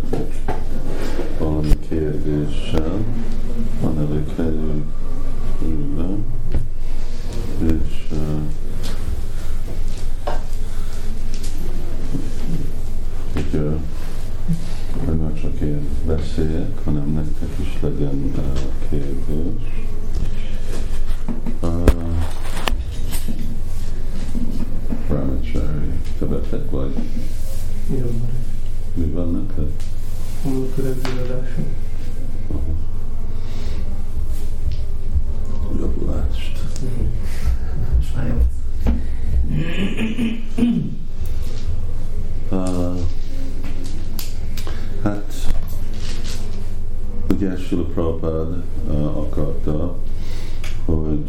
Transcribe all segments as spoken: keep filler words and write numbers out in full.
segíthetek valami kérdéssel, van elég helyünk ülve, és uh, hogy uh, hogy már csak én beszéljek, hanem nektek is legyen uh, kérdés. Uh, Brahmachari, te beteg vagy? Jó, Mi van neked? Múlott rögzíradásom. Jobbulást. Sajnos. Uh, hát, ugye Srila Prabhupád uh, akarta, hogy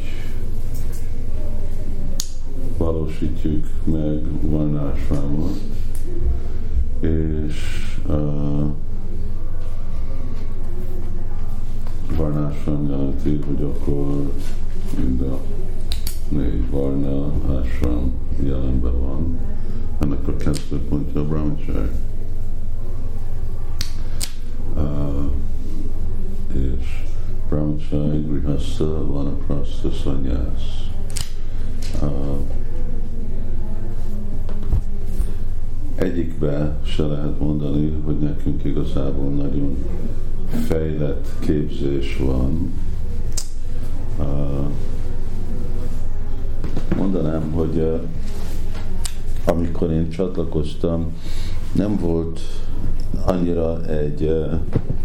valósítjuk meg varnásrámot, és uh, varnásrám jelenti, hogy akkor mind a négy varna ásrám jelenben van. Ennek a kezdőpontja a brahmacharya. Uh, és brahmacharya, grihastha, vanaprastha, sannyász. Uh, egyikbe se lehet mondani, hogy nekünk igazából nagyon fejlett képzés van. Uh, mondanám, hogy uh, amikor én csatlakoztam, nem volt annyira egy uh,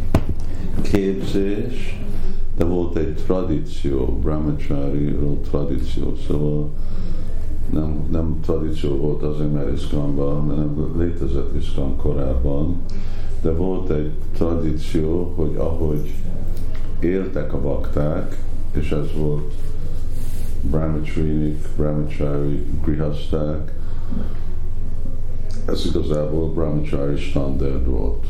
képzés, de volt egy tradíció, brahmachari-ról tradíció, szóval nem, nem tradíció volt azért, mert iszkamban, mert nem létezett iszkam korábban, de volt egy tradíció, hogy ahogy éltek a bakták, és ez volt brahmacharik, brahmachari, grihaszták, ez igazából brahmachari standard volt.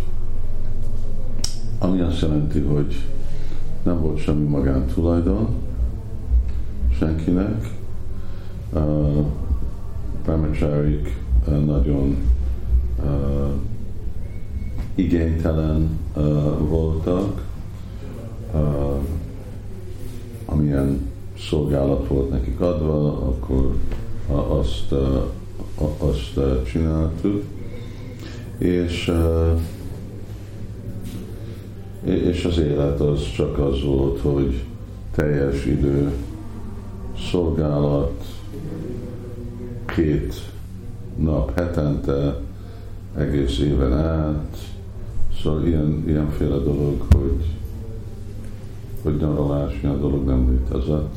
Ami azt jelenti, hogy nem volt semmi magántulajdon senkinek. Uh, brahmacharik uh, nagyon uh, igénytelen uh, voltak, uh, amilyen szolgálat volt nekik adva, akkor uh, azt, uh, azt uh, csináltuk, és uh, és az élet az csak az volt, hogy teljes idő szolgálat, két nap hetente, egész éven át, szóval ilyen, ilyenféle dolog, hogy, hogy nyaralás, ilyen dolog nem létezett.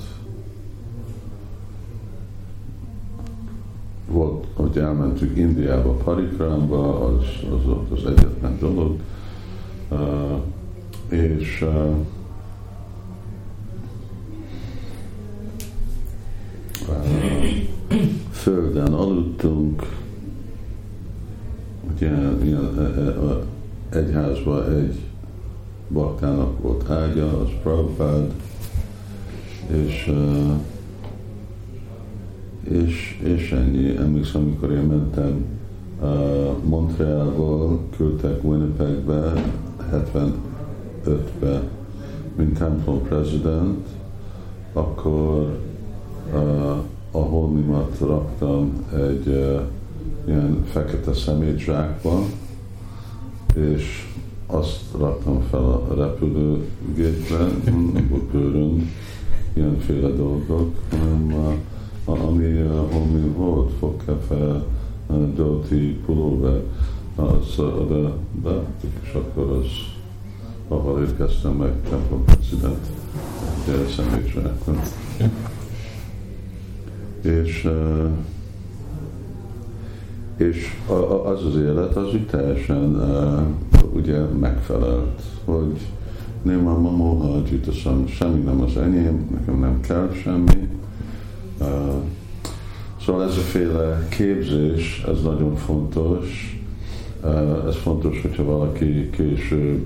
Volt, hogy elmentünk Indiába, Parikrámba, az, az volt az egyetlen dolog, uh, és uh, uh, földön aludtunk, ugye ilyen, egy házban egy baktának volt ágya, az Prabhupád, és, uh, és, és ennyi. Emlékszem, amikor én mentem uh, Montrealból, küldtek Winnipegbe, hetvenötbe, mint temple president, akkor uh, a holmimat raktam egy uh, ilyen fekete szemétzsákba, és azt raktam fel a repülőgépre, nem volt bőrönd, ilyenféle dolgok, hanem uh, ami a holmi volt, fogkefe, uh, dhoti, pulóver, az oda beálltuk, és akkor az, ahol érkeztem meg, temple president, egy személyzsákban. És, és az az élet, az úgy teljesen ugye megfelelt, hogy nem a mamoha gyűjtöszem, semmi nem az enyém, nekem nem kell semmi. Szóval ez a féle képzés, ez nagyon fontos. Ez fontos, hogyha valaki később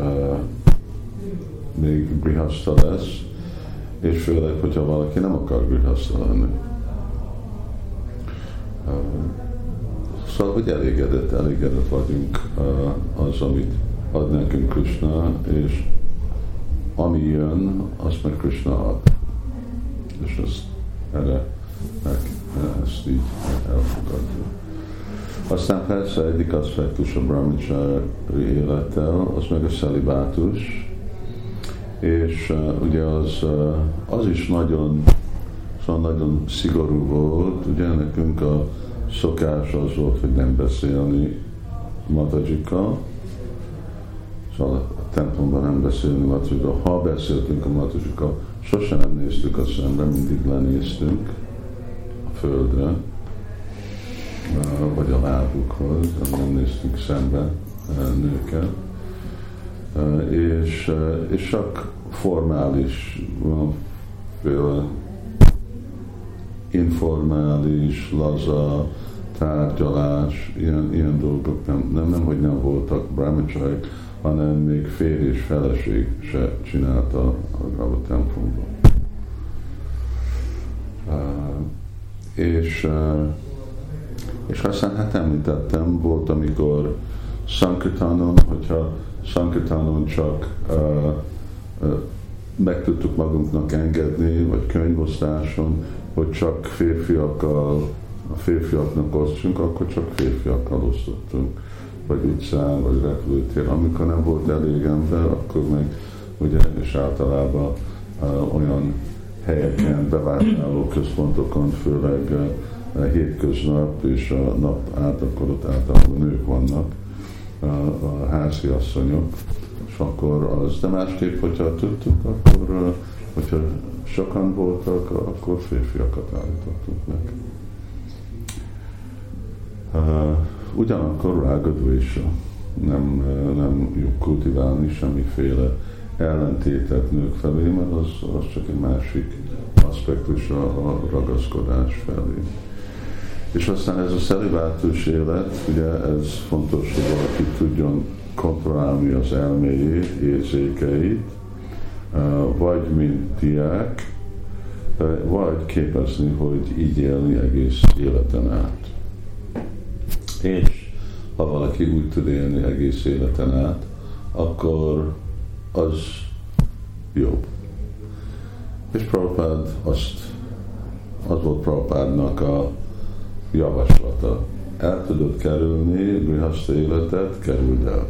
még grihaszta lesz, és főleg, hogyha valaki nem akar grihaszta lenni. Szóval, hogy elégedett, elégedett vagyunk az, amit ad nekünk Krishna, és ami jön, azt meg Krishna ad. És ezt erre meg ezt így elfogadjuk. Aztán persze egyik aspektus a brahmacsári élettel, az meg a celibátus, és uh, ugye az, uh, az is nagyon, szóval nagyon szigorú volt, ugye nekünk a szokás az volt, hogy nem beszélni Matajikkal, szóval a templomban nem beszélni Matajikkal, ha beszéltünk a Matajikkal, sosem nem néztük a szembe, mindig lenéztünk a földre, vagy a lábukhoz, nem néztünk szembe nőket, és, és csak formális, valamiféle informális, laza, tárgyalás, ilyen, ilyen dolgok nem, nem, nem, hogy nem voltak brahmacharik, hanem még férj és feleség se csinálta a, a templomban. Uh, és, uh, és aztán hát említettem, volt, amikor Sankirtanon, hogyha Sankirtanon csak uh, uh, meg tudtuk magunknak engedni, vagy könyvosztáson, hogy csak férfiakkal, a férfiaknak osztunk, akkor csak férfiakkal osztottunk, vagy utcán, vagy repülőtér. Amikor nem volt elég ember, akkor meg ugye, és általában uh, olyan helyeken, bevásárló központokon, főleg uh, hétköznap és a nap át, akkor ott általában nők vannak, uh, a háziasszonyok, és akkor az, de másképp, hogyha tudtuk, akkor uh, hogyha sokan voltak, akkor férfiakat állítottuk meg. Uh, ugyanakkor rágadvésa, nem, nem jó kultiválni semmiféle ellentétet nők felé, mert az, az csak egy másik aspektus a, a ragaszkodás felé. És aztán ez a celibátus élet, ugye ez fontos, hogy valaki tudjon kontrollálni az elméjét, érzékeit, vagy mint diák, vagy képezni, hogy így élni egész életen át. És ha valaki úgy tud élni egész életen át, akkor az jobb. És Prabhupád azt, az volt Prabhupádnak a javaslata. El tudod kerülni grihaszta életet, kerüld el.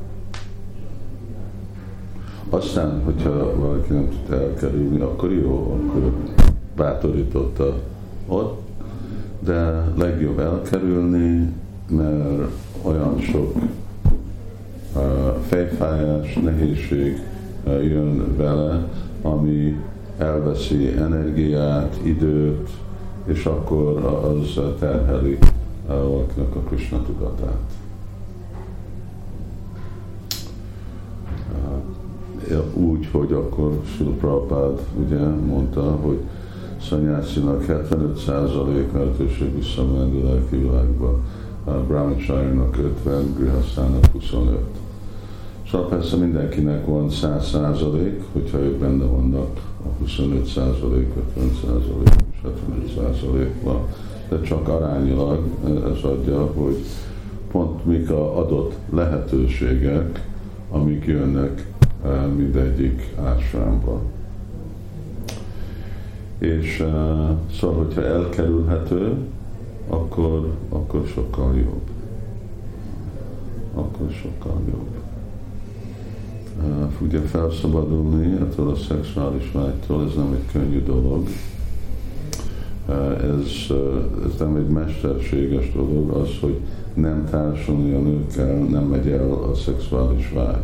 Aztán, hogyha valaki nem tud elkerülni, akkor jó, akkor bátorította ott, de legjobb elkerülni, mert olyan sok uh, fejfájás, nehézség uh, jön vele, ami elveszi energiát, időt, és akkor az terheli uh, valakinek a Krishna tudatát. Úgy, hogy akkor Srila Prabhupád ugye mondta, hogy szanyászinak hetvenöt százalék lehetőség visszamenni a lelki világba, a brahmacsárinak ötven, grihasztának huszonöt. Szóval persze mindenkinek van száz százalék, hogyha ők benne vannak a huszonöt százalék, ötven százalék és hetvenöt százalékban, de csak arányilag ez adja, hogy pont mik a adott lehetőségek, amik jönnek mindegyik ásrámba. És uh, szóval, hogyha elkerülhető, akkor, akkor sokkal jobb. Akkor sokkal jobb. Uh, ugye felszabadulni ettől a szexuális vágytól, ez nem egy könnyű dolog. Uh, ez, uh, ez nem egy mesterséges dolog, az, hogy nem társulni a nőkkel, nem megy el a szexuális vágy.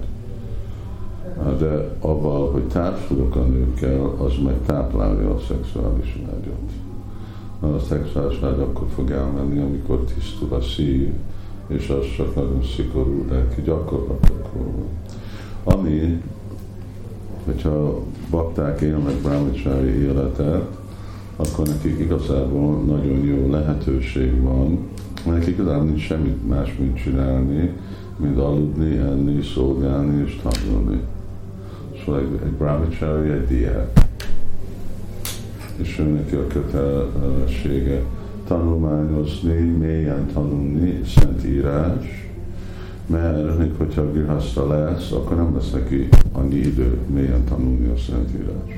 De avval, hogy társulok a nőkkel, az meg táplálja a szexuális vágyat. A szexuális vágy akkor fog elmenni, amikor tisztul a szív, és az csak nagyon szigorú, de gyakorlatokról van. Ami, hogyha bakták élnek brahmacsári életet, akkor nekik igazából nagyon jó lehetőség van, nekik igazából nincs semmi más, mint csinálni, mint aludni, enni, szolgálni és tanulni. Szóval egy, egy brahmacsári, egy diák. És ő neki a kötelessége tanulmányozni, mélyen tanulni Szentírás, mert még hogyha grihaszta lesz, akkor nem lesz neki annyi idő mélyen tanulni a Szentírás.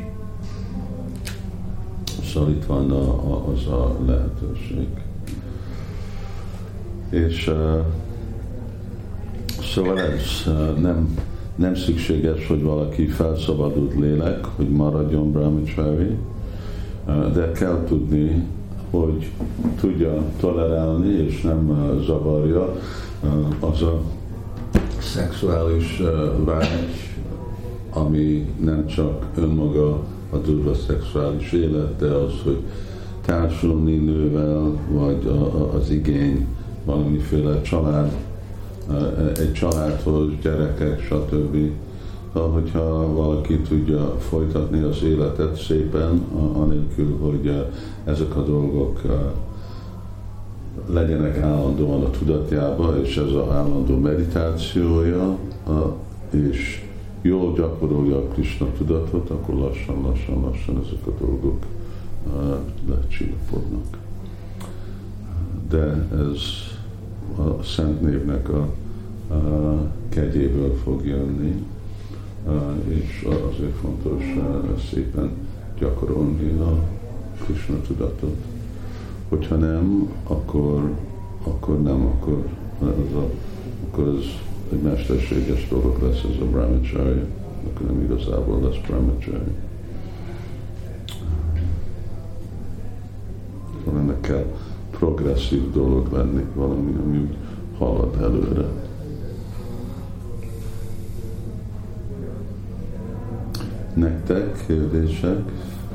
Szóval itt van a, a, az a lehetőség. És uh, szóval ez uh, nem, nem szükséges, hogy valaki felszabadult lélek, hogy maradjon brahmachari, uh, de kell tudni, hogy tudja tolerálni, és nem uh, zavarja uh, az a szexuális uh, vágy, ami nem csak önmaga a durva szexuális élet, de az, hogy társulni nővel, vagy a, a, az igény valamiféle család, egy családhoz, gyerekek, stb. Hogyha valaki tudja folytatni az életet szépen, anélkül, hogy ezek a dolgok legyenek állandóan a tudatjába, és ez az állandó meditációja, és jól gyakorolja a Krishna tudatot, akkor lassan, lassan, lassan ezek a dolgok lecsillapodnak. De ez a Szent Névnek a, a kegyéből fog jönni, és azért fontos szépen gyakorolni a Krishna tudatot. Hogyha nem, akkor, akkor nem, akkor ez, a, akkor ez egy mesterséges dolog lesz ez a brahmachari, akkor nem igazából lesz brahmachari. Ennek kell progresszív dolog lenni, valami, ami úgy halad előre. Nektek kérdések?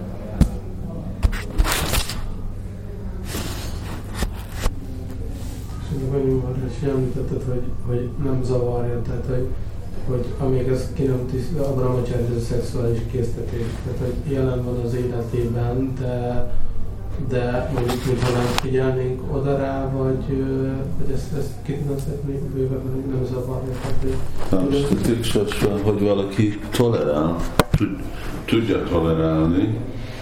Nagyon van, és említetted, hogy, hogy nem zavarja, tehát hogy, hogy amíg ez ki nem tiszta, a brahmachari, ez a szexuális késztetés, tehát hogy jelen van az életében, de, de mondjuk, mintha nem figyelnénk oda rá, vagy, vagy ezt, ezt ki tudnak tenni bővebben, hogy nem zavarja. Tehát, hogy valaki tolerál, tudja tolerálni,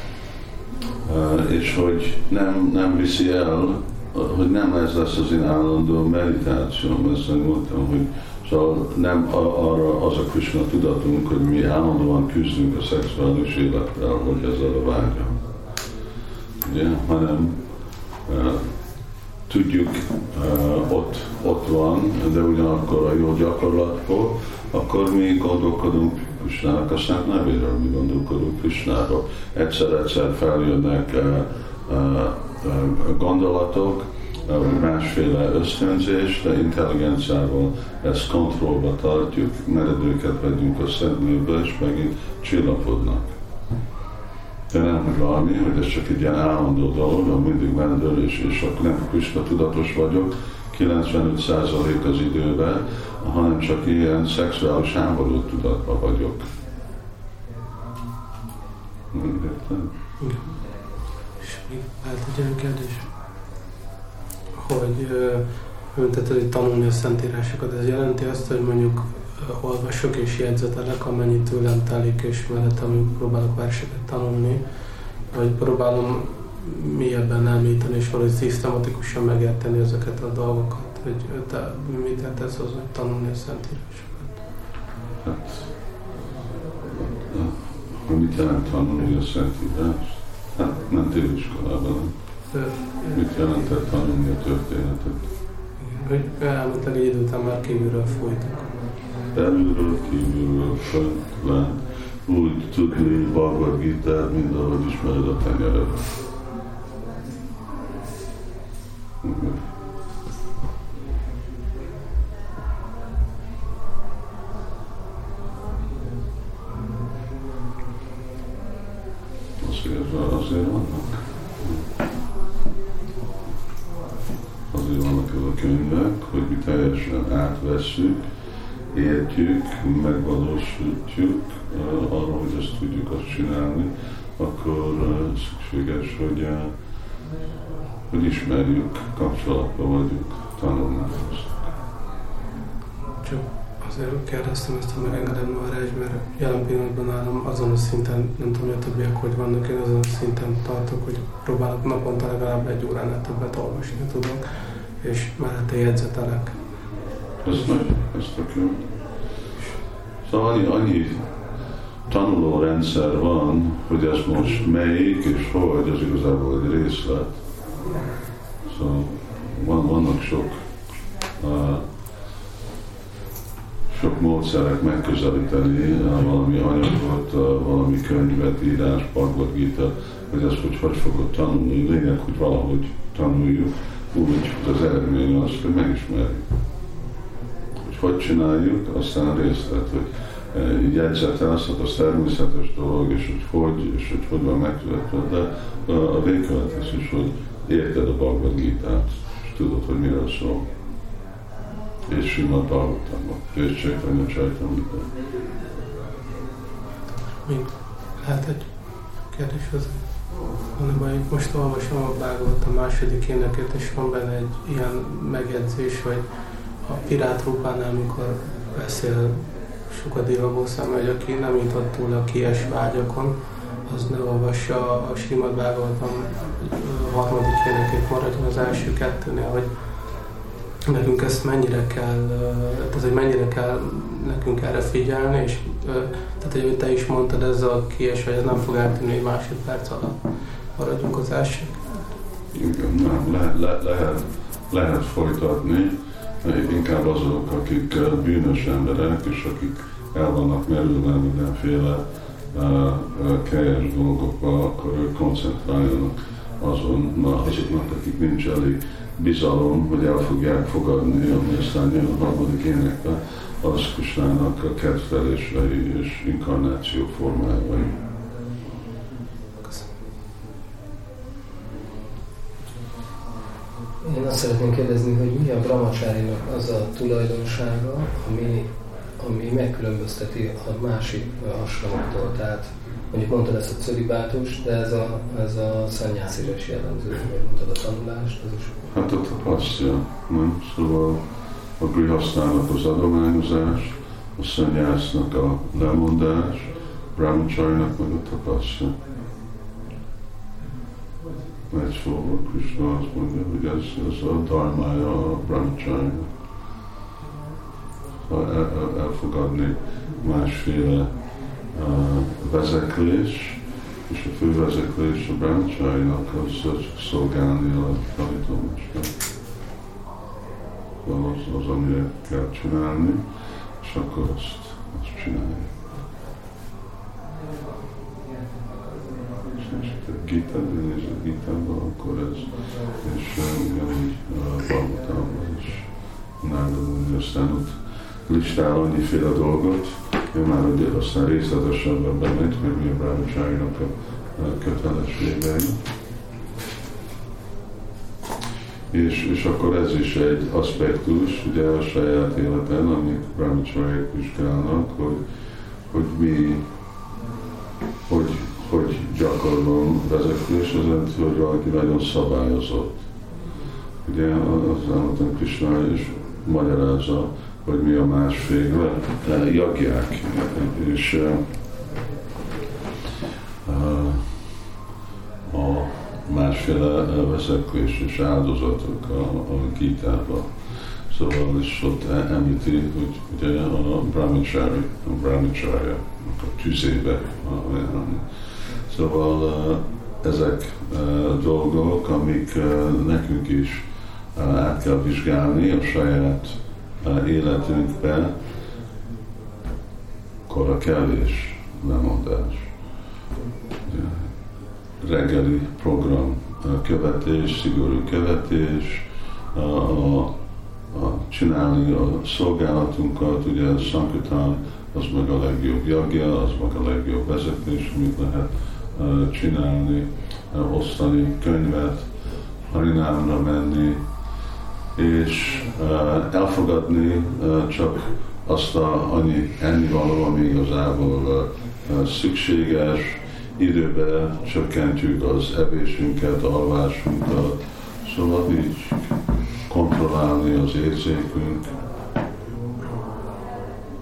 és hogy nem, nem viszi el, hogy nem ez lesz az én állandó meditációm, ezt mondtam, hogy szóval nem arra az a Krishna tudatunk, hogy mi állandóan küzdünk a szexuális élettel, hogy ezzel a vágyam. Ugye? Hanem uh, tudjuk, uh, ott, ott van, de ugyanakkor a jó gyakorlatból, akkor mi gondolkodunk Krishnának a szent nevéről, mi gondolkodunk Krishnáról. Egyszer-egyszer feljönnek uh, uh, gondolatok, vagy másféle ösztönzés, de intelligenciával ezt kontrollba tartjuk, meredőket vegyünk a Szent Névbe, és megint csillapodnak. De nem, hogy valami, hogy ez csak egy ilyen állandó dolog, ami mindig vendől, és, és akkor nem Krishna tudatos vagyok, kilencvenöt százalék az időben, hanem csak ilyen szexuális háború tudatban vagyok. Érted? És még lehet egy olyan kérdés, hogy tehát, hogy tanulni a szentírásokat, ez jelenti azt, hogy mondjuk olvasok és jegyzetelek, amennyit tőlem telik, és mellett, amíg próbálok verseket tanulni, vagy próbálom mélyebben elmélyíteni, és valahogy szisztematikusan megérteni ezeket a dolgokat, hogy te, mit tett ez az, hogy tanulni a szentírásokat? Hát, mit jelent tanulni a szentírást? Hát nem téviskolában. Mit jelentett tanulni a történetet? Hogy elmondtál, egy idő után már kívülről folytak. Belülről, kívülről, fönt, lent, úgy tudni Bhagavad Gitát, mint ahogy ismered a tenyeredet. Azért, azért vannak. Azért vannak ez a könyvek, hogy mi teljesen átvesszük, értjük, megvalósítjuk arra, hogy ezt tudjuk azt csinálni, akkor szükséges, hogy, hogy ismerjük, kapcsolatban vagyunk, tanulni ezt. Csak az azért kérdeztem ezt a megengedett Maharaj, mert jelen pillanatban nálam azon a szinten, nem tudom, hogy a többiek hogy vannak, én azon a szinten tartok, hogy próbálok naponta legalább egy óránál többet olvasni tudok, és mellette jegyzetelek. Ez nagy, ez tök jó. Szóval annyi, annyi tanuló rendszer van, hogy ez most melyik és hogy, az igazából egy részlet. Szóval van, vannak sok uh, sok módszerek megközelíteni uh, valami anyagot, uh, valami könyvet, írás, Bhagavad Gita, hogy ezt hogy, hogy fogod tanulni. Lényeg, hogy valahogy tanuljuk, úgy, hogy az eredmény az, hogy megismerjük. Hogy hogy csináljuk, aztán a részlet, hogy uh, jegyzetelsz, az természetes dolog, és hogy hogy, és hogy hogy van megkövetve, de uh, a végkövetés is, hogy érted a Bhagavad Gitát, és tudod, hogy miről szól. És Srimad Bhagavatamban, és Chaitanya Charitamrita. Még lehet egy kérdés hozzá? Van baj, most olvasom a Bhagavatam második énekét, és van benne egy ilyen megjegyzés, hogy a Pirát Rupánál, amikor beszél Sukadeva Goswami, hogy aki nem jutott túl a kies vágyakon, az ne olvassa a Srimad Bhagavatam harmadik énekét, maradjon az első kettőnél, hogy nekünk ezt mennyire kell, tehát hogy mennyire kell nekünk erre figyelni, és tehát, hogy te is mondtad, ez a kies, hogy ez nem fog eltűnni egy másodperc alatt. Maradjunk az első. Igen, nem, le, le, lehet, lehet folytatni, inkább azok, akik bűnös emberek, és akik el vannak merülve mindenféle kelyes dolgokba, akkor ők koncentráljanak azon, azoknak, akik nincs elég bizalom, hogy el fogják fogadni, ami aztán jön a harmadik énekbe, az Krisnának a kedvelései és inkarnáció formájai. Én azt szeretném kérdezni, hogy mi a brahmacsárinak az a tulajdonsága, ami, ami megkülönbözteti a másik ashramoktól. Tehát mondjuk mondtad ezt a cölibátust, de ez a, ez a szanyászira is jellemző, vagy mondtad a tanulást, az is. Hát a tapasztja, nem? Szóval a grihasztának az adományozás, a szanyásznak a lemondás, brahmacharinak meg a tapasztja. Egy szóval Krishna azt mondja, hogy ez, ez a dharmája a brahmacharinak. El, el, elfogadni másféle uh, vezeklés, és a fő vezeklés a brahmacharinak az csak szolgálni a tanítómestert. Az, az, amire kell csinálni, és akkor azt, azt csinálja. És a Gitában, nézd a Gitában, akkor ez, és ugyanígy a Bhagavatamban is nálunk, aztán ott listál annyiféle dolgot, ő már ugye aztán részletesebben bemegy, hogy mi a brahmacharinak a kötelességei. És, és akkor ez is egy aspektus, ugye a saját életen, amik brahmacharik vizsgálnak, hogy, hogy mi, hogy, hogy gyakorlom vezetés, az jelenti, hogy valaki nagyon szabályozott. Ugye az Állatán Krishna is magyarázza, hogy mi a másféle jagják, és a másféle vezetés és áldozatok a, a Gitában. Szóval is ott említi, hogy ugye a brahmachari, a brahmacharya, a tüzébe. Szóval ezek dolgok, amik nekünk is át kell vizsgálni a saját életünkbe, kora kelés, lemondás. Reggeli program követés, szigorú követés, a, a, a csinálni a szolgálatunkat, ugye a Sankirtan, az meg a legjobb jagja, az meg a legjobb vezetés, amit lehet uh, csinálni, uh, osztani könyvet, harinámra menni, és uh, elfogadni uh, csak azt a annyi ennivaló, ami igazából uh, szükséges, időben csökkentjük az evésünket, alvásunkat, szóval így kontrollálni az érzékünk,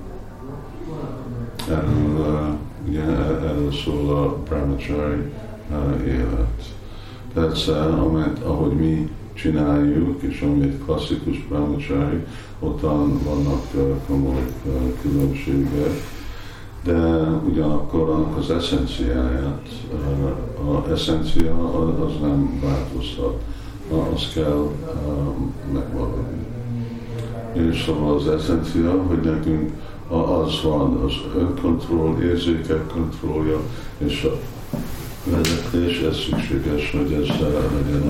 erről, ugye, erről szól a brahmachari élet. Persze, amit, ahogy mi csináljuk, és amit klasszikus brahmachari, ottan vannak komoly különbségek, de ugyanakkor annak az eszenciáját, az eszencia az nem változhat, az kell megmaradni. És szóval az eszencia, hogy nekünk az van, az önkontroll, érzékek kontrollja, és a vezetés, ez szükséges, hogy ez legyen a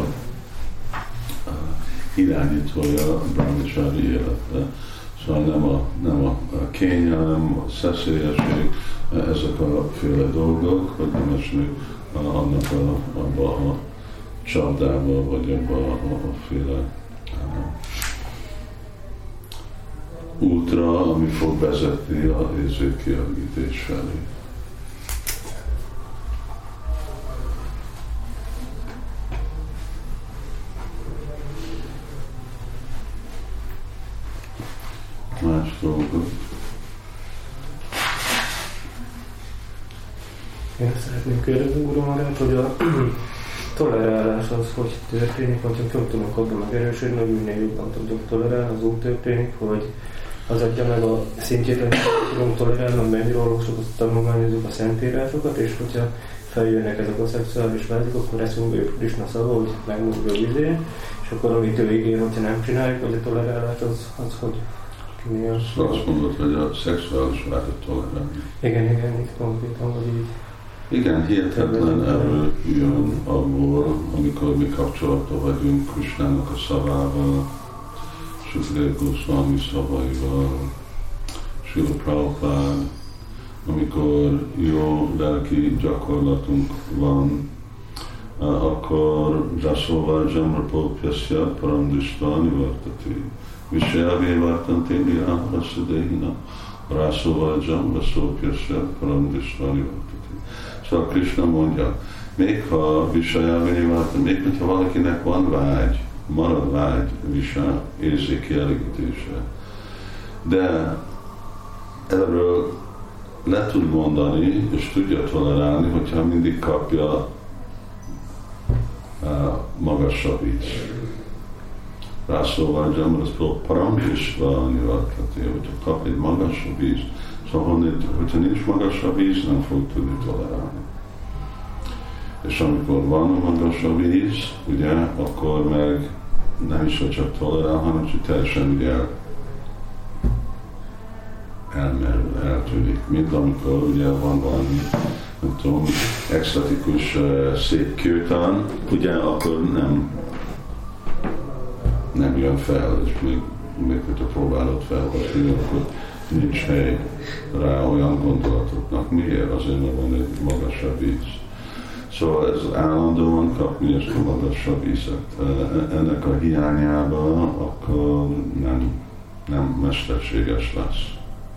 irányítója a brahmachari életre. Szóval nem a, nem a kényelem, a szeszélyesség, ezek a féle dolgok, hogy nem esünk annak a, abba a csapdába, vagy abba a, a féle útra, ami fog vezetni az érzékkielégítés felé. Más dolgok. Én szeretném kérdezni, Uram magát, hogy a tolerálás az hogy történik, vagy hogy tudunk abban megerősödni, hogy minél jobban tudjuk tolerálni, az úgy történik, hogy az adja meg a szintjét, hogy tudunk tolerálni, mennyire olvasok, tanulmányozzuk a szentírásokat, és hogyha feljönnek ezek a szexuális vágyak, akkor eszünk ő Krishna szava, hogy megmondjuk a vizé, és akkor amit ő ígér, hogyha nem csináljuk, vagy a tolerálás, az, az hogy mi az? Szóval azt mondod, hogy a szexuális vágyat tolerálni. Igen, igen, itt konkrétan, hogy így. Igen, hihetetlen erő jön abból, amikor mi kapcsolatban vagyunk Krishnának a szavával, Sukadeva Goswami szavaival, Srila Prabhupád, amikor jó lelki gyakorlatunk van, akkor Rasóval Jamrapópjasya Paramdristvani Vartati. Vishayavé Vartanti Nirahasudehina Rasóval Jamrapópjasya Paramdristvani Vartati. Szóval Krishna mondja, még ha Vishayavé Vartanti, még hogyha valakinek van vágy, marad vágy, visa, érzék kielégítésre. De erről le tud mondani, és tudja tolerálni, hogyha mindig kapja uh, magasabb íz. Rászóval Jamrapó Paramdrisva Nivartati, hogyha kap egy magasabb íz, szóval hogyha nincs magasabb íz, nem fog tudni tolerálni. És amikor van magasabb íz, ugye, akkor meg nem is, hogy csak tolerál, hanem hogy teljesen ugye el, elmerül, eltűnik. Mint amikor ugye van valami, nem tudom, extatikus, uh, szép kőtán, ugye, akkor nem, nem jön fel, és még, még hogyha próbálod felhozni, akkor nincs hely rá olyan gondolatoknak. Miért? Azért, mert van egy magasabb íz. Szóval ez állandóan kapni ezt a magasabb ízet. Ennek a hiányában akkor nem, nem mesterséges lesz.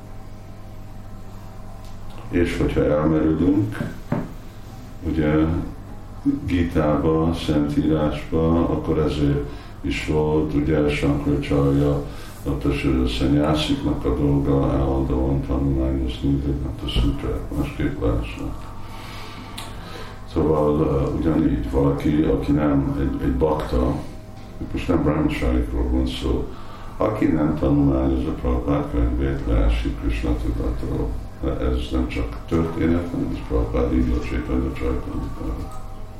És hogyha elmerülünk, ugye Gítába, Szentírásba, akkor ezért is volt, ugye Sankaracharya, a szennyásziknak a dolga állandóan tanulmányozni, hát a szutrát másképp lásnak. Szóval uh, ugyanígy valaki, aki nem egy, egy bakta, most nem brahmacharikról van szó, aki nem tanulmányoz a Prabhupád könyvét, leesik Krishna tudatról. Ez nem csak történet, hanem ez Prabhupád így a Chaitanya Charitamrita.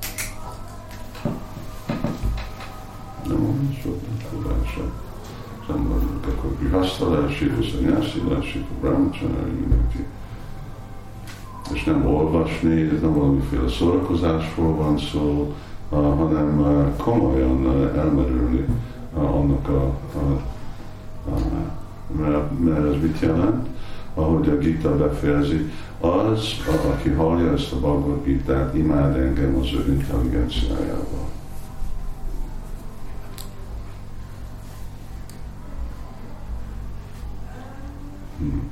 Nem mondom, sok tudása. Nem mondjuk, akkor grihastha leesik, a szennyászi leesik, a brahmachari, mindenki. És nem olvasni, ez nem valamiféle szórakozásról van szó, hanem komolyan elmerülni annak a, a, a mert, mert ez mit jelent? Ahogy a Gita befejezi, az, a, aki hallja ezt a Bhagavad Gitát, imád engem az ő intelligenciájával. Hmm.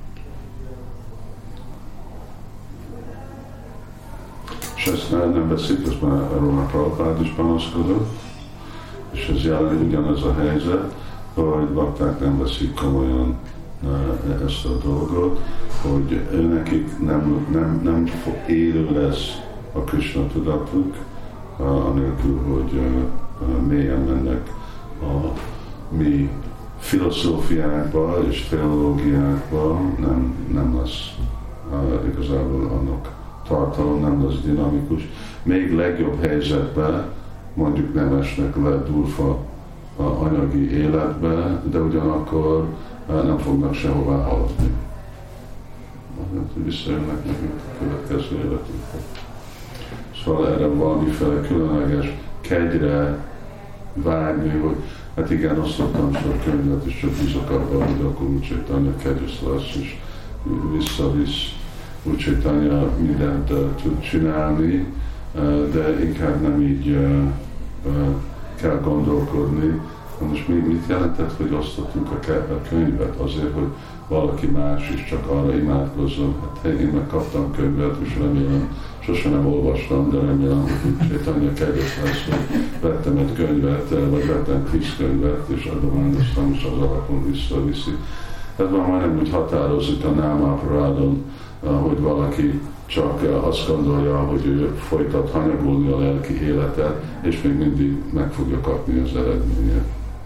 És ezt nem veszik, ezt már Róma Prabhupád is panaszkodott, és ez jelent ugyanaz a helyzet, hogy bakták nem veszik komolyan ezt a dolgot, hogy nekik nem, nem, nem élő lesz a Krishna tudatuk, anélkül, hogy mélyen mennek a mi filozófiákba és teológiákba, nem, nem lesz igazából annak tartalom, nem lesz dinamikus. Még legjobb helyzetben mondjuk nem esnek le durva a anyagi életbe, de ugyanakkor nem fognak sehová haladni. Visszajönnek nekünk a következő életükbe. Szóval erre valamiféle különleges kegyre vágni, hogy hát igen, azt szoktam sok könyvet, és csak bízok abban, hogy akkor úgy Chaitanya kegyes lesz, és visszavisz, úgy Chaitanya mindent uh, tud csinálni, uh, de inkább nem így uh, uh, kell gondolkodni. Most mi, mit jelentett, hogy osztottunk a, a könyvet? Azért, hogy valaki más is csak arra imádkozzon. Hát én megkaptam könyvet, és remélem, sosem nem olvastam, de remélem, hogy Chaitanya kegyes lesz, hogy vettem egy könyvet, vagy vettem tíz könyvet, és adományoztam, és az alapon visszaviszi. Ez már majdnem úgy határozik a Námaparádon, hogy valaki csak azt gondolja, hogy ő folytat hanyagolni a lelki életet, és még mindig meg fogja kapni az eredményét.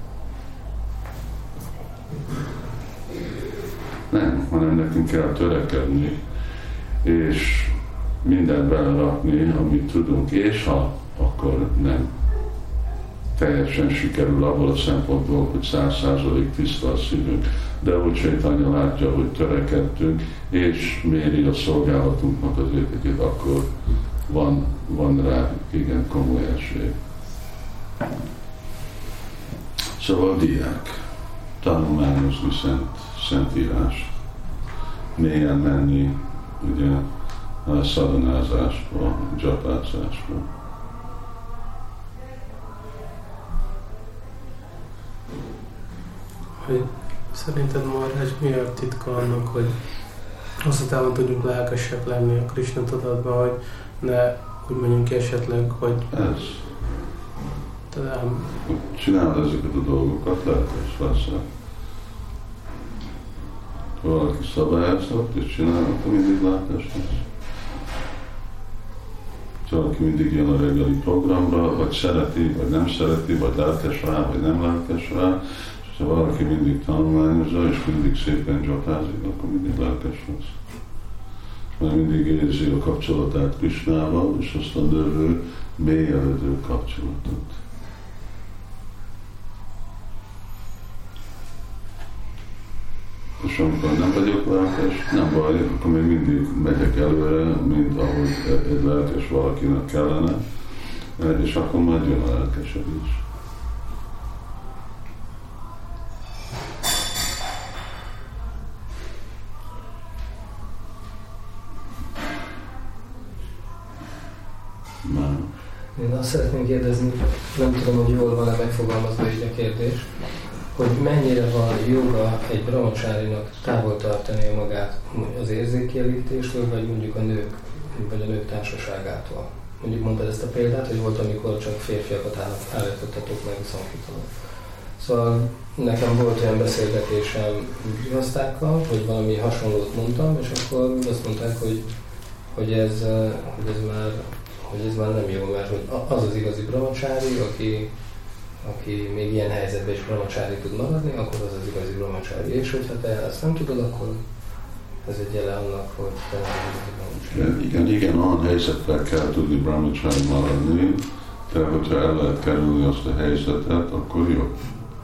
Nem, hanem nekünk kell törekedni, és mindent belerakni, amit tudunk, és ha akkor nem teljesen sikerül abból a szempontból, hogy száz százalék tiszta a szívünk, de úgy Chaitanya látja, hogy törekedtünk, és méri a szolgálatunknak az értékét, akkor van, van rá igen komoly esély. Szóval diák, tanulmányozni szent, szentírást, mélyen menni ugye a szadonázásba, dzsapázásba. Hogy szerinted, Maharaj, mi a titka annak, hogy azután tudjunk lelkesek lenni a Krishna tudatban, hogy ne úgy mondjunk ki esetleg, hogy... Ez. Talán... Csinálod ezeket a dolgokat, lelkes leszel. Ha valaki szabályozott és csinál, akkor mindig lelkes lesz. Ha valaki mindig jön a reggeli programra, vagy szereti, vagy nem szereti, vagy lelkes rá, vagy nem lelkes rá, és ha valaki mindig tanulmányozza, és mindig szépen dzsapázik, akkor mindig lelkes lesz. Mert mindig érzi a kapcsolatát Krishnával, és azt a növő, mélyelődő kapcsolatot. És amikor nem vagyok lelkes, nem baj, akkor még mindig megyek előre, mint ahogy egy lelkes valakinek kellene, és akkor majd jön a lelkesebb is. Már. Én azt szeretném kérdezni, nem tudom, hogy jól van-e megfogalmazva így a kérdés, hogy mennyire van joga egy brahmacsárinak távol tartani magát az érzékkielégítéstől, vagy mondjuk a nők, vagy a nők társaságától. Mondjuk mondtad ezt a példát, hogy volt, amikor csak férfiakat állítottatok meg a szankítóval. Szóval nekem volt olyan beszélgetésem gazdákkal, hogy valami hasonlót mondtam, és akkor azt mondták, hogy, hogy, ez, hogy, ez már, hogy ez már nem jó, mert hogy az az igazi brahmacsári, aki aki még ilyen helyzetben is brahmacsári tud maradni, akkor az az igazi brahmacsári. És hogyha te ezt nem tudod, akkor ez egy jele annak, hogy te nem tudod. Igen, igen, olyan helyzetben kell tudni brahmacsári maradni, de hogyha el lehet kerülni azt a helyzetet, akkor jó.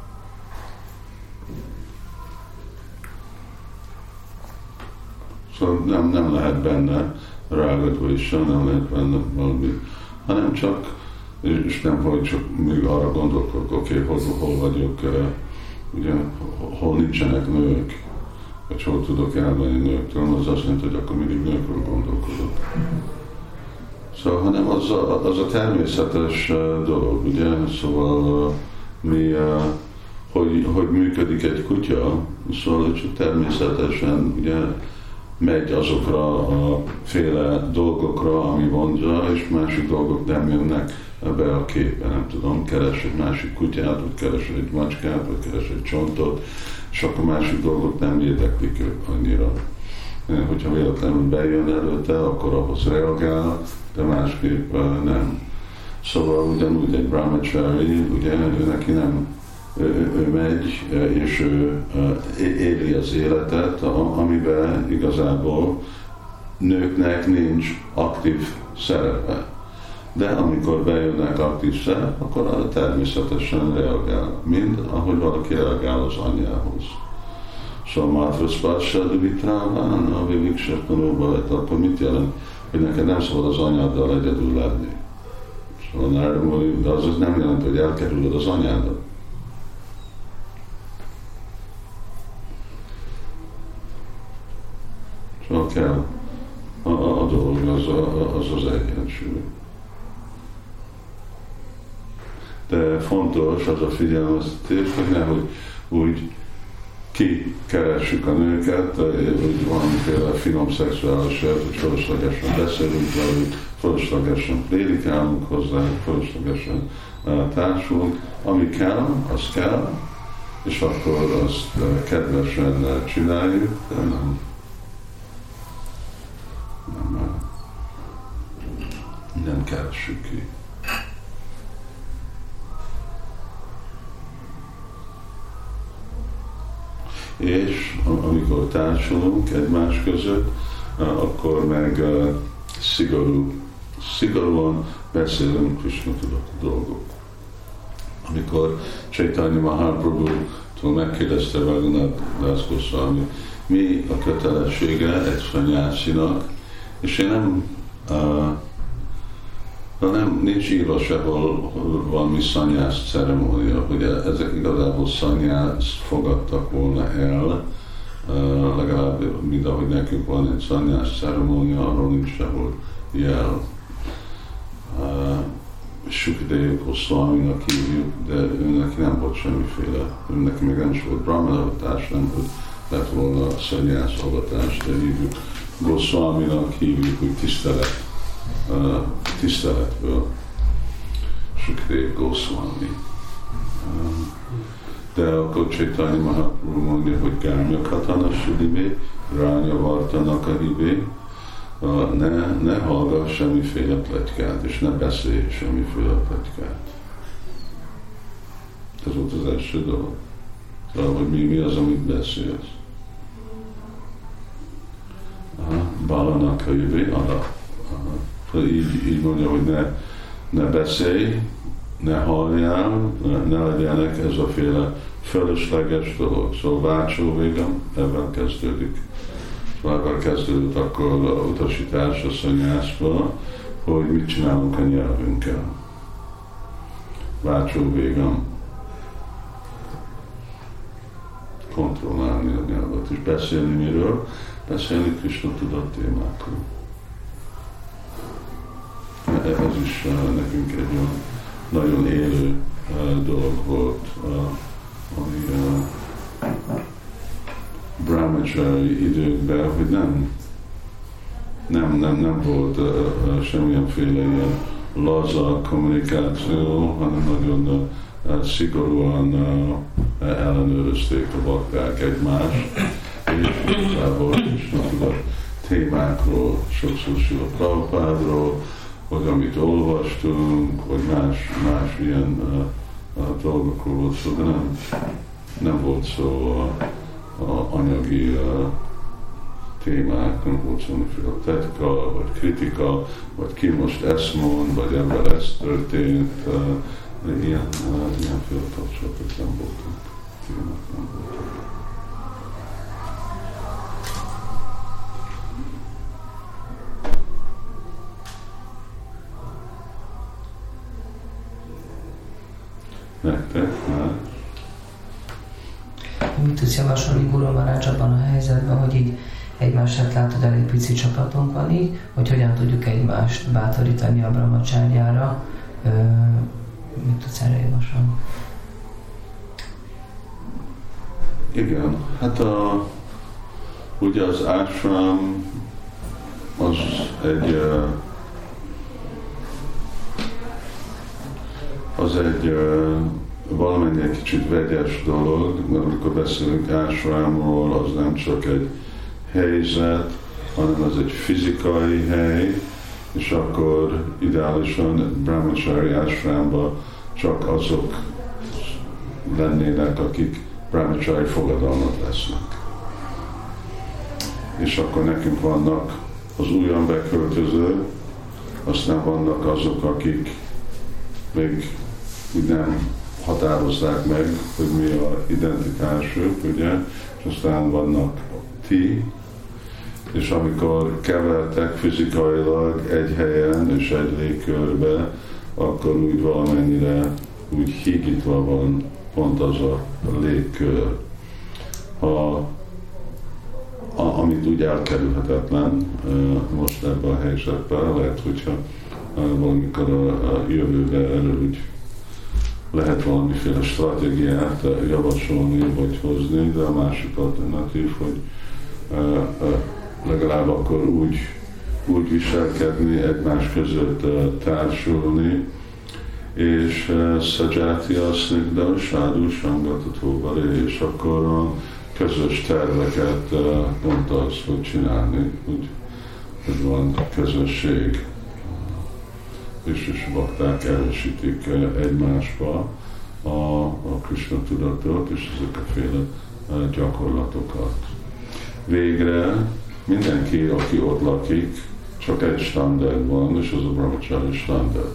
Szóval nem, nem lehet benne rágadva is, nem lehet benne valami, hanem csak és nem vagy csak még arra gondolkodok, oké, okay, hol, hol vagyok, ugye, hol nincsenek nők, vagy hol tudok elmenni nőktől, az azt jelenti, hogy akkor mindig nőkről gondolkodok. Szóval, hanem az a, az a természetes dolog, ugye, szóval mi, hogy, hogy működik egy kutya, szóval csak természetesen, ugye, megy azokra a féle dolgokra, ami vonzza, és másik dolgok nem jönnek ebbe a képbe, nem tudom, keres egy másik kutyát, vagy keres egy macskát, vagy keres egy csontot, csak a másik dolgok nem érdeklik ők annyira. Hogyha véletlenül bejön előtte, akkor ahhoz reagál, de másképp nem. Szóval ugyanúgy egy brahmachari, ugye ő neki nem, ő, ő megy, és ő éli az életet, amiben igazából nőknek nincs aktív szerepe. De amikor bejönnek aktív szerep, akkor természetesen reagál, mind ahogy valaki reagál az anyjához. Szóval Mátraszpással vitráván, a Viviksattanóba, akkor mit jelent? Hogy neked nem szabad az anyáddal egyedül lenni. Szóval de az, az nem jelent, hogy elkerülöd az anyádat. Szóval kell a, a, a dolog, az az, az egyensúly. De fontos az a figyelmeztetés, hogy nehogy úgy kikeressük a nőket, hogy valamiféle finom szexuális élet, hogy fölöslegesen beszélünk velük, fölöslegesen prédikálunk hozzá, fölöslegesen társulunk. Ami kell, az kell, és akkor azt kedvesen csináljuk, de nem, nem, nem keressük ki. És amikor társulunk egymás között, akkor meg szigorú, szigorúan beszélünk Krishna tudatú dolgok. Amikor Chaitanya Mahaprabhu-tól megkérdezte Raghunath Das Goswami, mi a kötelessége egy szanyászinak, és én nem, uh, nem nincs írva sehol valami szanyász ceremónia, hogy ezek igazából szanyászt fogadtak volna el, uh, legalább mint ahogy nekünk van egy szanyász ceremónia, arról nincs sehol jel. Uh, Sukadeva Goswaminak hívjuk, de őnek nem volt semmiféle, őnek még nem is volt brahmanavatás, nem volt, lett volna szanyász avatás, de hívjuk Goswaminak, hívjuk, hogy tisztelet, uh, tiszteletből Sukadeva Goswami. Uh, de akkor Chaitanya Mahaprabhu mondja, hogy Gárnyakatana Sudibé, Ránya Vartanak a hibé, Uh, ne, ne hallgass semmiféle pletykát, és ne beszélj semmiféle pletykát. Ez volt az első dolog. Szóval, hogy mi, mi az, amit beszélsz. Balanak a jövő, arra. Szóval így, így mondja, hogy ne, ne beszélj, ne halljál, ne, ne legyenek ez a féle fölösleges dolog. Szóval vácsó végem, ebben kezdődik. Már kezdődött akkor a utasítás a szanyászba, hogy mit csinálunk a nyelvünkkel. Vácsó végem. Kontrollálni a nyelvet, és beszélni miről? Beszélni Krishna tudat témákról. Ez is nekünk egy olyan nagyon élő dolog volt, ami brahmachari időkben, hogy nem, nem, nem, nem volt uh, semmilyenféle ilyen laza kommunikáció, hanem nagyon uh, szigorúan uh, ellenőrizték a bakták egymást, és igazából is a témákról, sokszor a Prabhupádról, vagy amit olvastunk, vagy más, más ilyen uh, uh, dolgokról volt szó, de nem, nem volt szó uh, a anyagi uh, témák, nem volt semmiféle tetka, vagy kritika, vagy ki most ezt mond, vagy ebben ez történt, uh, ilyen, uh, ilyenféle kapcsolatok nem voltak, témák nem voltak. Nektek már? Mit tudsz javasolni Guru Maharaj abban a helyzetben, hogy így egymását látod, elég pici csapatunk van így, hogy hogyan tudjuk egymást bátorítani a brahmacsáryára? Mit tudsz erre javasolni? Igen, hát a, ugye az ashram az egy az egy valamennyi egy kicsit vegyes dolog, mert amikor beszélünk ashramról, az nem csak egy helyzet, hanem az egy fizikai hely, és akkor ideálisan brahmachari ashramba csak azok lennének, akik brahmachari fogadalmat lesznek. És akkor nekünk vannak az újon beköltöző, aztán vannak azok, akik még úgy nem határozzák meg, hogy mi a identitásuk, ugye, és aztán vannak ti, és amikor kevertek fizikailag egy helyen és egy légkörbe, akkor úgy valamennyire úgy hígítva van pont az a légkör. Ha, a, amit úgy elkerülhetetlen most ebben a helyzetben, lehet, hogyha valamikor a, a jövőben erről úgy lehet valamiféle stratégiát javasolni vagy hozni, de a másik alternatív, hogy legalább akkor úgy, úgy viselkedni, egymás között társulni, és Sajatya Snigdha Sadhu Sangatatóbari, és akkor a közös terveket pont az, hogy csinálni, hogy, hogy van közösség. És is bakták erősítik egymásba a, a Krishna tudatot és ezek a féle gyakorlatokat. Végre mindenki, aki ott lakik, csak egy standard van, és az a brahmachari standard.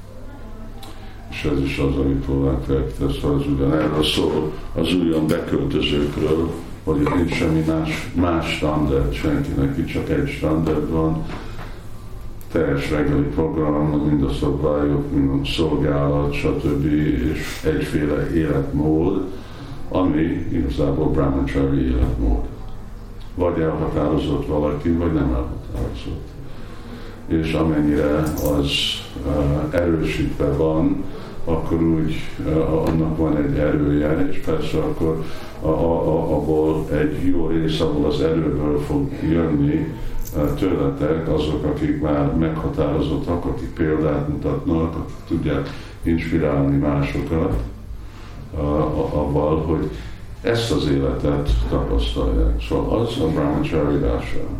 És ez is az, amit próbálunk feltétesz, az ugyanerről szól az újon beköltözőkről, hogy itt nincs semmi más, más standard, senkinek itt csak egy standard van, teljes reggeli program, mind a szabályok, mind a szolgálat, stb. És egyféle életmód, ami igazából brahmachari életmód. Vagy elhatározott valaki, vagy nem elhatározott. És amennyire az uh, erősítve van, akkor úgy uh, annak van egy erője, és persze akkor a, a, a, abból egy jó rész, ahol az erőből fog jönni uh, tőletek, azok, akik már meghatározottak, akik példát mutatnak, akik tudják inspirálni másokat uh, avval, hogy ezt az életet tapasztalják. Szóval az a brahmachari ashram.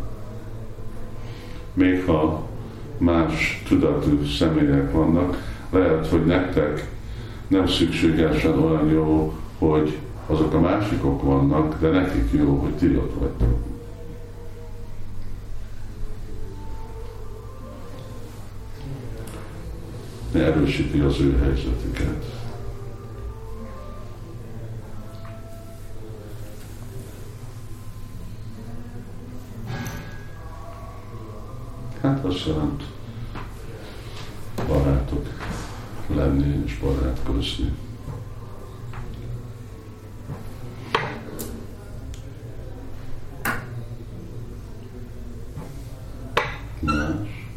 Még ha más tudatú személyek vannak, lehet, hogy nektek nem szükségesen olyan jó, hogy azok a másikok vannak, de nekik jó, hogy ti ott vagytok. Erősíti az ő helyzetüket. Hát azt jelent barátok lenni és barátkozni. Más?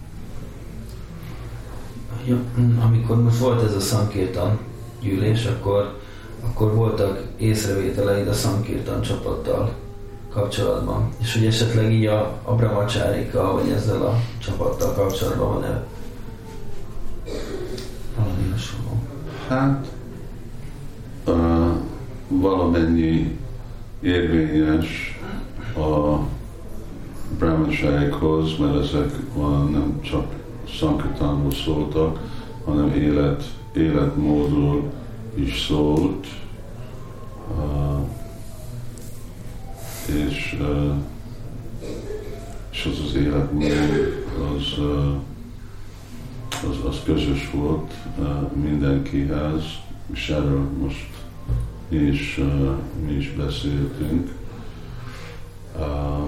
Ja, amikor most volt ez a Sankirtan gyűlés, akkor, akkor voltak észrevételeid a Sankirtan csapattal kapcsolatban, és hogy esetleg így a, a brahmachárika, vagy ezzel a csapattal kapcsolatban van-e valami hasonló? Hát uh, valamennyi érvényes a brahmachárikhoz, mert ezek uh, nem csak Sankirtanról szóltak, hanem élet, életmódról is szólt. Uh, és, uh, és az az életmód, az, uh, az, az közös volt uh, mindenkihez, és erről most mi is, uh, mi is beszéltünk. Uh,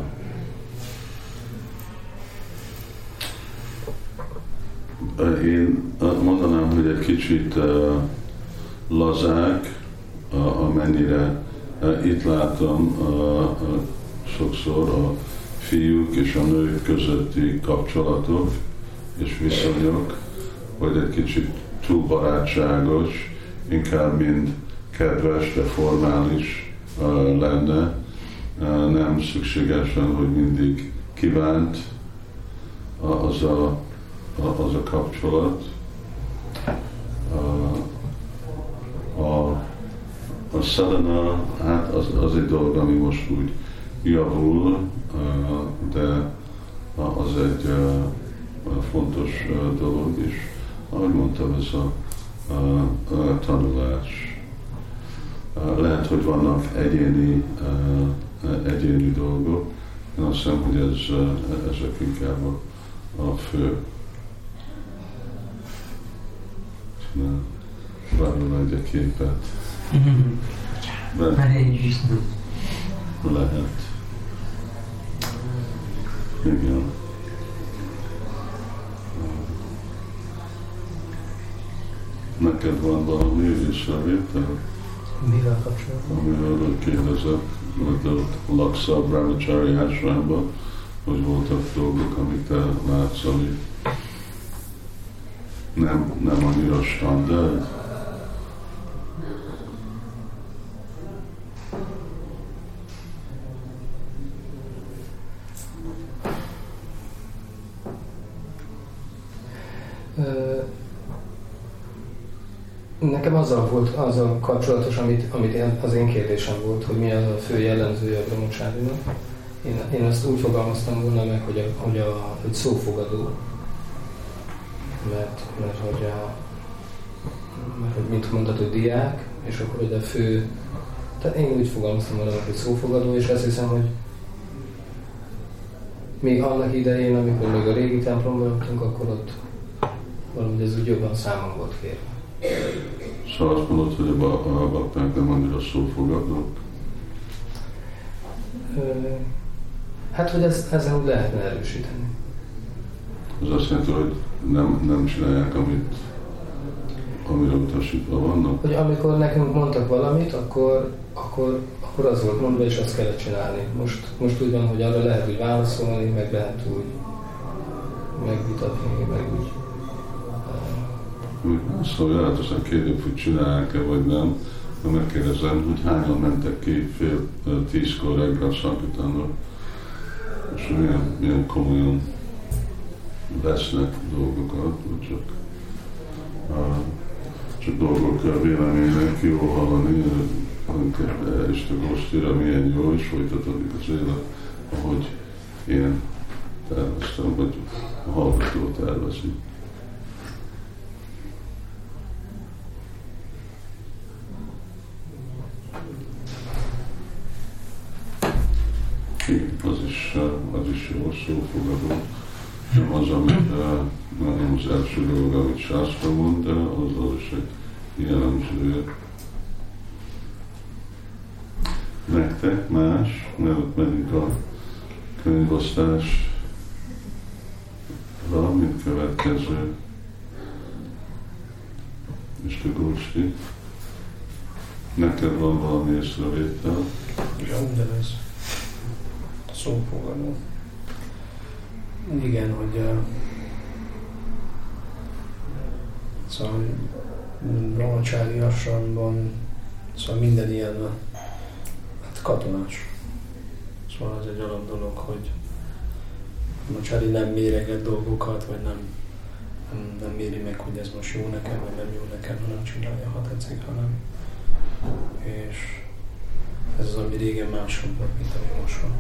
én mondanám, hogy egy kicsit uh, lazák, uh, amennyire uh, itt látom uh, uh, sokszor a fiúk és a nők közötti kapcsolatok és viszonyok, hogy egy kicsit túl barátságos, inkább mind kedves, de formális uh, lenne. Uh, nem szükségesen, hogy mindig kívánt uh, az a az a kapcsolat. A, a a sadhana, hát az, az egy dolog, ami most úgy javul, de az egy fontos dolog is. Ahogy mondtam, ez a, a, a tanulás. Lehet, hogy vannak egyéni, egyéni dolgok, én azt hiszem, hogy ez, ezek inkább a, a fő. Várjon egy képet. De lehet. Igen. Neked van valami észrevétel? Mivel kapcsolatban? Amiről kérdezek, hogy a Laksa Brahmachari Ashramba, hogy voltak dolgok, amit te látsz, ami nem, nem annyira standard. Nekem azzal volt, azzal kapcsolatos, amit, amit én, az én kérdésem volt, hogy mi az a fő jellemzője a brahmacsárinak. Én, én azt úgy fogalmaztam volna meg, hogy, a, hogy, a, hogy szófogadó. Mert, mert hogy a, mert hogy mint mondtad, hogy diák, és akkor hogy a fő, tehát én úgy fogalmaztam volna meg, hogy szófogadó, és azt hiszem, hogy még annak idején, amikor még a régi templomban laktunk, akkor ott valahogy ez úgy jobban számon volt kérve. Szóval azt mondod, hogy a bakták nem annyira szófogadók? Hát, hogy ezt, ezen úgy lehetne erősíteni. Ez azt jelenti, hogy nem, nem csinálják, amit, amire utasítva vannak? Hogy amikor nekünk mondtak valamit, akkor, akkor, akkor az volt mondva, és azt kellett csinálni. Most, most úgy van, hogy arra lehet úgy válaszolni, meg lehet úgy megvitatni, meg úgy. Szóval jelentősen kérdők, hogy csinálják-e vagy nem, de megkérdezem, hogy hányan mentek ki fél tízkor reggel Sankirtánra, és milyen, milyen komolyan vesznek dolgokat, vagy csak, uh, csak dolgok véleménynek jó hallani, Isten Gósztira milyen jó, és folytatódik az élet, ahogy én terveztem, vagy a hallgató tervezni. Az is, az is jó szófogadó. Nem az, amit nem az első dolog, amit Sászra mond, de az, az is egy jellemzője. Nektek más, mert megyünk a könyvosztásra, mint következő. mister Gócsi, neked van valami észrevétel? Igen, ugyanez. Szófogadó. Igen, hogy uh, szóval brahmacsári ashramban szóval minden ilyen hát katonás. Szóval az egy alap dolog, hogy brahmacsári nem méreget dolgokat, vagy nem, nem, nem méri meg, hogy ez most jó nekem, vagy nem jó nekem, hanem csinálja, ha tetszik, hanem. És ez az, ami régen másabb volt, mint ami most van.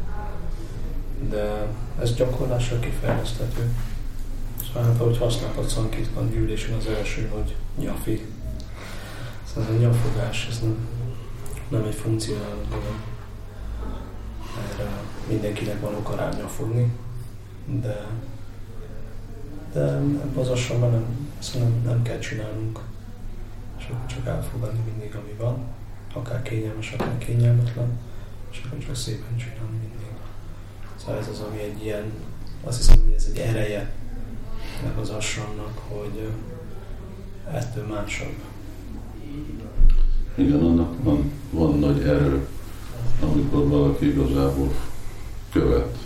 De ez gyakorlásra kifejleszthető. Szóval hát, ahogy használhat Sankirtan gyűlésen az első, hogy nyafi. Szóval ez a nyafogás, ez nem, nem egy funkcionáló dolog. Erre mindenkinek van oka rá nyafogni, de, de ebben az asramban nem, nem, nem kell csinálnunk. És akkor csak elfogadni mindig, ami van, akár kényelmes, akár kényelmetlen, és akkor csak szépen csinálni mindig. Szóval ez az, ami egy ilyen, azt hiszem, hogy ez egy ereje ennek az ashramnak, hogy ettől másabb. Igen, annak van, van nagy erő, amikor valaki igazából követ.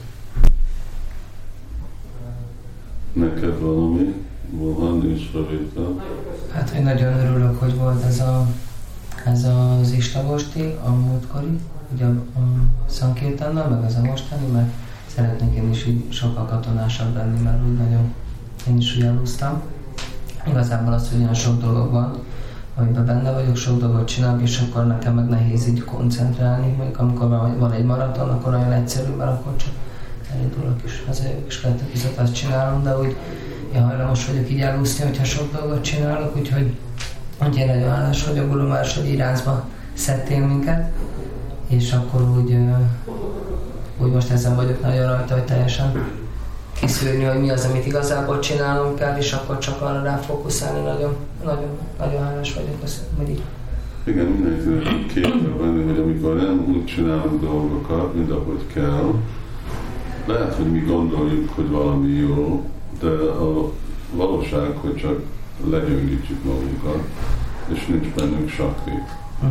Neked valami? Van észrevétel? Hát én nagyon örülök, hogy volt ez, a, ez az Istagosti, a múltkori, ugye a, a Sankirtannal, meg ez a mostani, mert szeretnék én is így sokkal katonásabb lenni, mert úgy nagyon én is úgy elúsztam. Igazából az, hogy olyan sok dolog van, amiben benne vagyok, sok dolgot csinálok, és akkor nekem meg nehéz így koncentrálni, még amikor van egy maraton, akkor olyan egyszerű, mert akkor csak elindulok és hazajövök, és kettő között azt csinálom, de úgy én hajlamos vagyok így elúszni, hogyha sok dolgot csinálok, úgyhogy, úgyhogy én nagyon hálás vagyok, Gurumás, hogy irányba szedtél minket, és akkor úgy, úgy most ezen vagyok nagyon rajta, hogy teljesen kiszűrni, hogy mi az, amit igazából csinálnom kell, és akkor csak arra rá fókuszálni. Nagyon, nagyon, nagyon hálás vagyok, hogy így. Igen, mindenkinek képbe venni, hogy amikor nem úgy csinálunk dolgokat, mint ahogy kell, lehet, hogy mi gondoljuk, hogy valami jó, de a valóság, hogy csak legyöngítjük magunkat, és nincs bennünk sakti. Hm.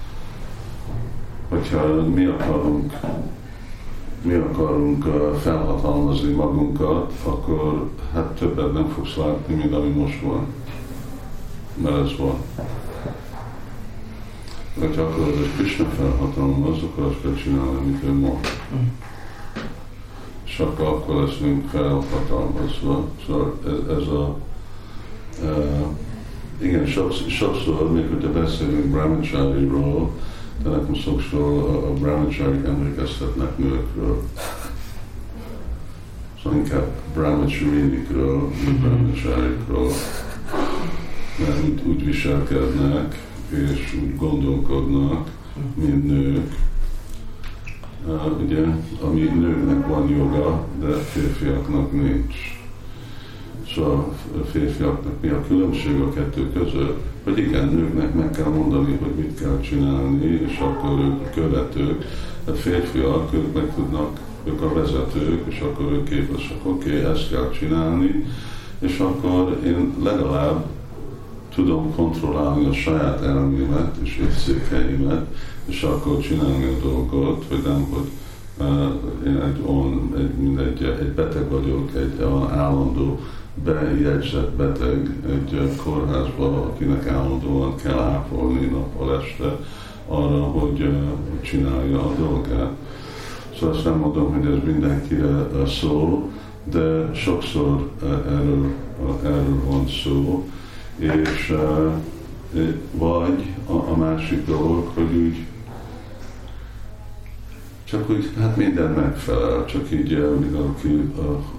Hogyha mi akarunk mi akarunk felhatalmazni magunkat, akkor hát többet nem fogsz látni, mint ami most van. Mert ez van. Hogyha akarod, hogy Krishna felhatalmaz, akkor azt kell csinálni, amit ő mond. És akkor, akkor leszünk felhatalmazva. Szóval ez, ez a... Uh, igen, sokszor, sokszor, még hogyha beszélünk Brahmachari-ról, de nekem sokszor a, a Brahmachari emlékeztetnek nőkről. Szóval inkább Brahmacharinikről, mint Brahmacharikról. Mert úgy, úgy viselkednek, és úgy gondolkodnak, mint nők. Uh, ugye, ami nőknek van joga, de férfiaknak nincs. Szóval a férfiaknak mi a különbség a kettő között? Hogy igen, nőknek meg kell mondani, hogy mit kell csinálni, és akkor ők követők. A férfiak, ők meg tudnak, ők a vezetők, és akkor ők képesek, oké, okay, ezt kell csinálni, és akkor én legalább tudom kontrollálni a saját elmémet és érzékeimet, és akkor csinálni a dolgot, hogy nem, hogy uh, én egy, on, egy, mindegy, egy beteg vagyok, egy olyan állandó bejegyzett beteg egy kórházba, akinek állandóan kell ápolni nappal este arra, hogy uh, csinálja a dolgát. Szóval azt nem mondom, hogy ez mindenkire szól, de sokszor uh, erről, uh, erről van szó, és uh, vagy a, a másik dolog, hogy úgy csak úgy, hát minden megfelel, csak így mindenki uh,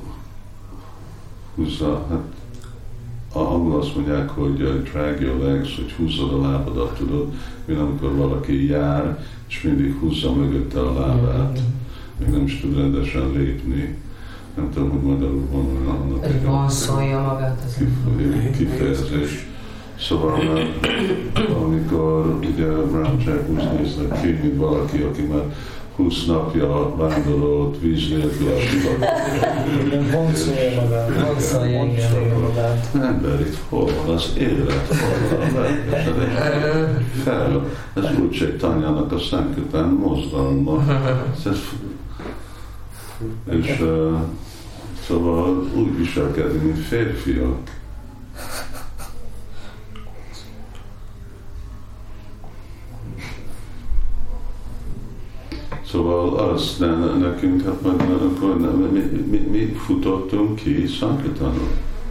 húzza, hát angol azt mondják, hogy uh, drag your legs, hogy húzzad a lábadat, tudod, mint amikor valaki jár, és mindig húzza mögötte a lábát, még nem is tud rendesen lépni. Nem tudom, hogy magyarul van olyan annak egy vonszolja magát ez kifejezés. Szóval, amikor ugye Brahmachari úgy néznek ki, mint valaki, aki már húsz napja vándorolt víz nélkül a sivatagban. Vonszolja magát. Vonszolja magát. Ember, itt hol van az élet? Hol van a fel? Ez úgy Csaitanyának a Sankirtan mozdalma. És uh, szóval úgy viselkedni, mint férfiak. Szóval az ne, nekünk, hát meg akkor ne, mi, mi, mi futottunk ki Sankirtanról.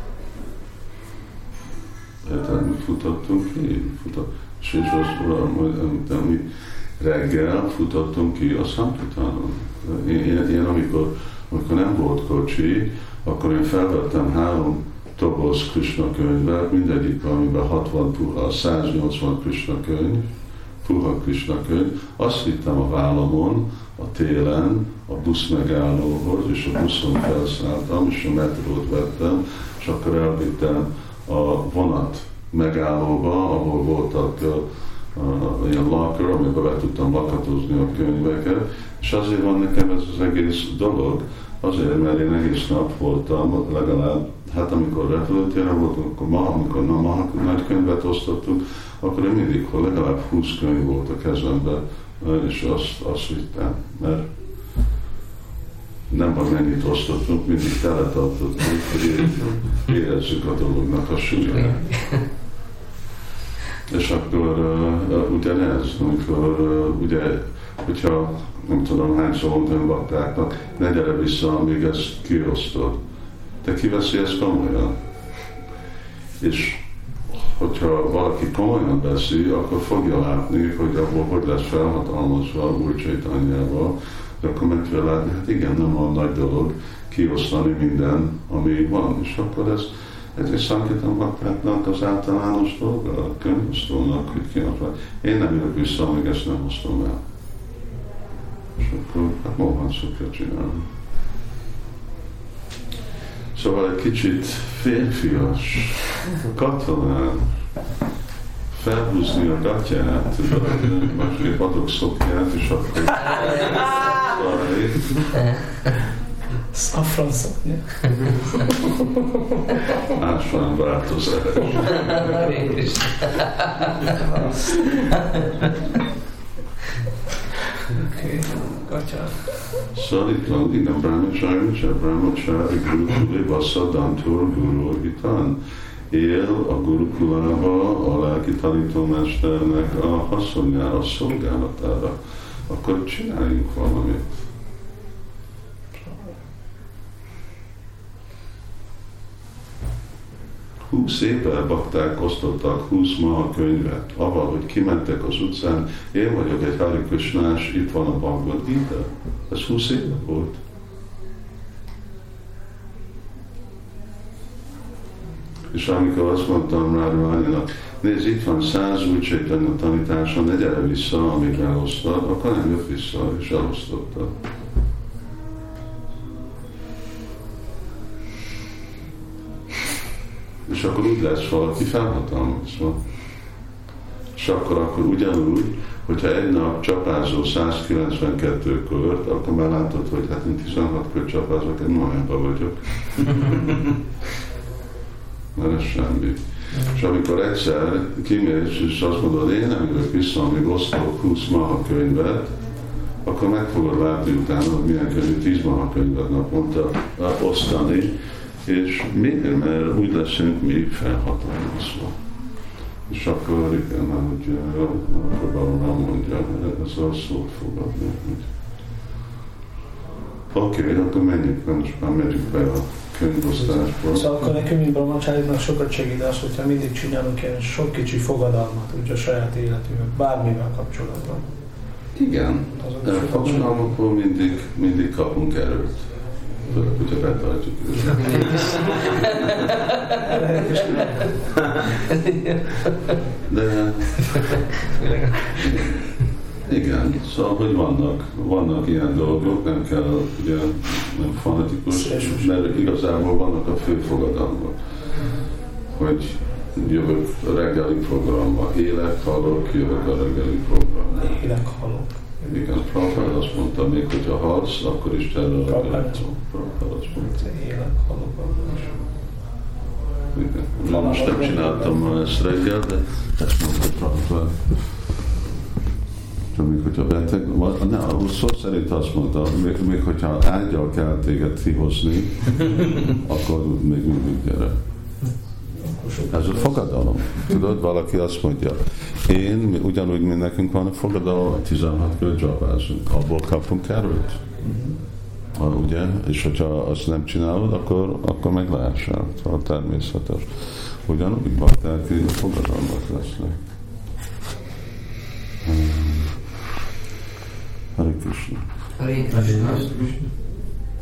Tehát mi futottunk ki, futott. És az uram, mi reggel futottunk ki a Sankirtanról. Én, én, én amikor, amikor nem volt kocsi, akkor én felvettem három doboz Krishna könyvet, mindegyik valamiben hatvan puha, száznyolcvan Krishna könyv, puha Krishna könyv. Azt vittem a vállamon, a télen, a busz megállóhoz, és a buszon felszálltam, és a metrót vettem, és akkor elvittem a vonat megállóba, ahol voltak uh, ilyen locker, amiben be tudtam lakatozni a könyveket, és azért van nekem ez az egész dolog, azért, mert én egész nap voltam, legalább, hát amikor repülőtéren voltunk, akkor ma, amikor na, ma nagy könyvet osztottuk, akkor én mindig, hogy legalább húsz könyv volt a kezemben, és azt, azt vittem, mert nem van mennyit osztottunk, mindig teletartottunk, hogy érezzük a dolognak a súlyát. És akkor uh, ugyanez, amikor uh, ugye, hogyha nem tudom hányszor mondtam baktáknak, ne gyere vissza, amíg ezt kiosztod. Te kiveszi ezt komolyan. És hogyha valaki komolyan veszi, akkor fogja látni, hogy abból hogy lesz felhatalmazva Úr Chaitanyával, de akkor meg kell látni, hát igen, nem a nagy dolog kiosztani minden, ami van, és akkor ez Ez egy Sankirtan Bhaktáknak az általános dolga, a könyvosztónak, hogy kiadva. Én nem jövök vissza, amíg ezt nem osztom el. És akkor hát Mohan szokja csinálni. Szóval egy kicsit férfias, katonán, felhúzni a gatyát, másképp adok szokját, és akkor Szafran szokja. Ásván változás. Szóval itt van, igen, Brahmacsári, se Brahmacsári Gurukuli Vassa Dantur Guru Hitan. Él a Gurukulába a lelki tanítómesternek a haszonjára, a szolgálatára. Akkor csináljunk valamit. húsz éve bakták osztottak húsz maha könyvet, avval, hogy kimentek az utcán, én vagyok egy Hare Krishnás, itt van a Bhagavad Gita. Ez húsz éve volt. És amikor azt mondtam Radharaninak, nézd, itt van száz Úr Chaitanya tanítása, ne gyere vissza, amíg elosztad, akkor nem jött vissza, és elosztotta. És akkor úgy lesz valaki felhatalmazva. És akkor, akkor ugyanúgy, hogyha egy nap csapázol százkilencvenkettő kört, akkor már látod, hogy hát én tizenhat kört csapázok, egy Mahában vagyok. Mert ez semmi. És amikor egyszer kimész, és azt mondod, én nem jövök vissza, amíg osztok húsz maha könyvet, akkor meg fogod látni utána, hogy milyen könnyű tíz maha könyvet naponta osztani, és miért? Mert úgy leszünk mi felhatalmazva. És akkor igen, hogy akkor valóban mondja, ez a szót fogadni. Oké, okay, akkor menjünk, most már megyünk be a könyvosztásba. Szóval akkor nekünk, mint Brahmacsárinak sokat segít az, hogyha mindig csinálunk ilyen sok kicsi fogadalmat, úgy a saját életünkben, bármivel kapcsolatban. Igen, fogadalmakból mindig, mindig kapunk erőt. Hogyha betartjuk őket. De igen, szóval, hogy vannak, vannak ilyen dolgok, nem kell ugye nem fanatikus, mert igazából vannak a fő fogadalmak, hogy jövök a reggeli programba, élek, halok, jövök a reggeli programba. Élek, halok. Igen, Prabhupád azt mondta, még hogyha halsz, akkor is te a reggeli. Prabhupád azt mondta. Élek, halok. Igen. Most nem csináltam ma ezt reggel, de ezt mondta Prabhupád. Még hogyha beteg, ne, szó szerint azt mondta, még, még hogyha ágyal kell téged kihozni, akkor még mindig gyere. Ez a fogadalom. Tudod, valaki azt mondja, én, ugyanúgy, mint nekünk van a fogadalom, tizenhat kör dzsapázunk, abból kapunk erőt. Uh, ugye? És hogyha azt nem csinálod, akkor, akkor meglássál. Szóval természetes. Ugyanúgy bakták, hogy fogadalmak lesznek. Hare Krishna. Hare Krishna.